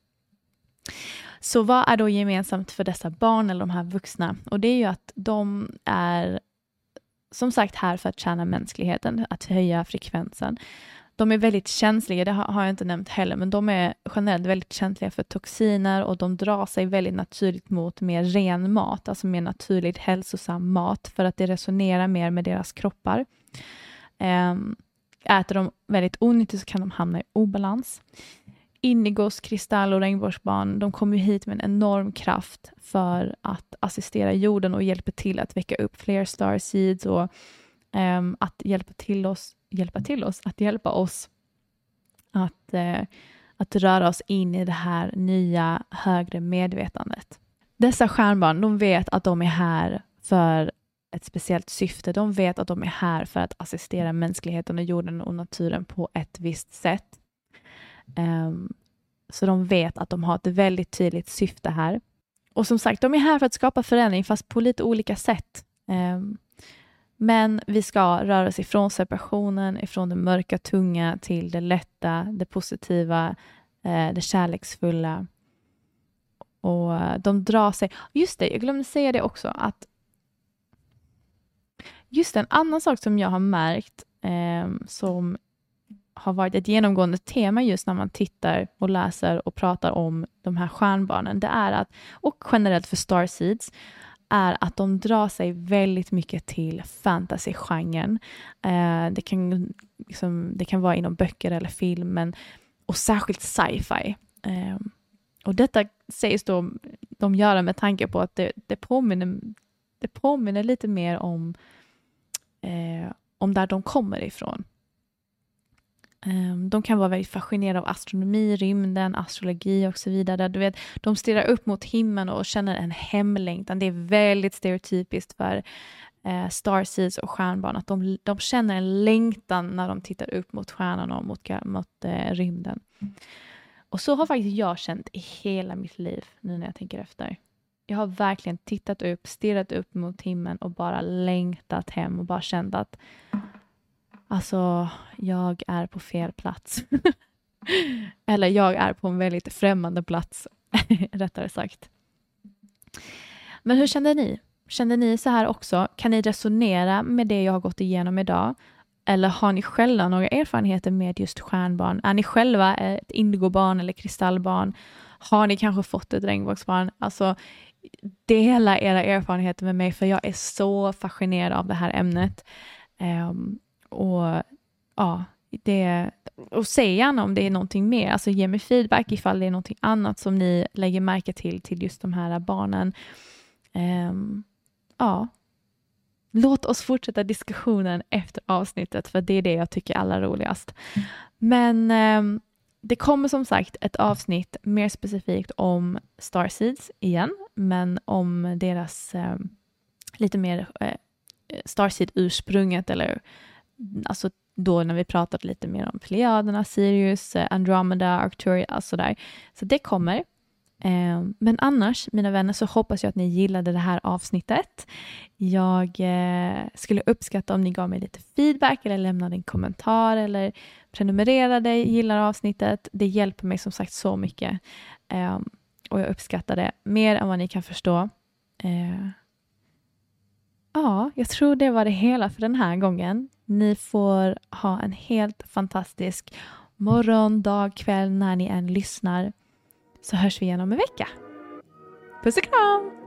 Så vad är då gemensamt för dessa barn eller de här vuxna? Och det är ju att de är som sagt här för att tjäna mänskligheten, att höja frekvensen. De är väldigt känsliga, det har jag inte nämnt heller, men de är generellt väldigt känsliga för toxiner, och de drar sig väldigt naturligt mot mer ren mat, alltså mer naturligt hälsosam mat, för att det resonerar mer med deras kroppar. Um, äter de väldigt onyttigt så kan de hamna i obalans. Indigos, kristall och regnbågsbarn, de kommer ju hit med en enorm kraft för att assistera jorden och hjälpa till att väcka upp fler starseeds och um, att hjälpa till oss, hjälpa till oss, att hjälpa oss att, uh, att röra oss in i det här nya högre medvetandet. Dessa stjärnbarn, de vet att de är här för ett speciellt syfte. De vet att de är här för att assistera mänskligheten och jorden och naturen på ett visst sätt. Um, så de vet att de har ett väldigt tydligt syfte här. Och som sagt, de är här för att skapa förändring, fast på lite olika sätt. Um, men vi ska röra oss ifrån separationen, ifrån det mörka, tunga till det lätta, det positiva, uh, det kärleksfulla. Och de drar sig... Just det, jag glömde säga det också, att just en annan sak som jag har märkt eh, som har varit ett genomgående tema just när man tittar och läser och pratar om de här stjärnbarnen, det är att, och generellt för starseeds, är att de drar sig väldigt mycket till fantasy-genren. Eh, det, kan, liksom, det kan vara inom böcker eller filmen, och särskilt sci-fi. Eh, och detta sägs då de göra med tanke på att det, det, påminner, det påminner lite mer om Eh, om där de kommer ifrån. Eh, de kan vara väldigt fascinerade av astronomi, rymden, astrologi och så vidare. Du vet, de stirrar upp mot himlen och känner en hemlängtan. Det är väldigt stereotypiskt för eh, starseeds och stjärnbarn att de, de känner en längtan när de tittar upp mot stjärnan och mot, mot eh, rymden. Och så har faktiskt jag känt i hela mitt liv nu när jag tänker efter. Jag har verkligen tittat upp, stirrat upp mot himlen och bara längtat hem och bara känt att alltså, jag är på fel plats. Eller jag är på en väldigt främmande plats, rättare sagt. Men hur kände ni? Kände ni så här också? Kan ni resonera med det jag har gått igenom idag? Eller har ni själva några erfarenheter med just stjärnbarn? Är ni själva ett indigobarn eller kristallbarn? Har ni kanske fått ett regnbågsbarn? Alltså, dela era erfarenheter med mig, för jag är så fascinerad av det här ämnet. Um, och ja, det, och säg gärna om det är någonting mer. Alltså ge mig feedback ifall det är någonting annat som ni lägger märke till till just de här barnen. Um, ja. Låt oss fortsätta diskussionen efter avsnittet, för det är det jag tycker är allra roligast. Men um, det kommer som sagt ett avsnitt mer specifikt om Starseeds igen, men om deras um, lite mer uh, Starseed-ursprunget, eller alltså då när vi pratat lite mer om Plejaderna, Sirius, Andromeda, Arcturus, alltså där. Så det kommer. Eh, men annars, mina vänner, så hoppas jag att ni gillade det här avsnittet. Jag eh, skulle uppskatta om ni gav mig lite feedback eller lämnade en kommentar eller prenumererade, gillar avsnittet. Det hjälper mig som sagt så mycket. Eh, och jag uppskattar det mer än vad ni kan förstå. Eh, ja, jag tror det var det hela för den här gången. Ni får ha en helt fantastisk morgon, dag, kväll när ni än lyssnar. Så hörs vi igen om en vecka. Puss och kram!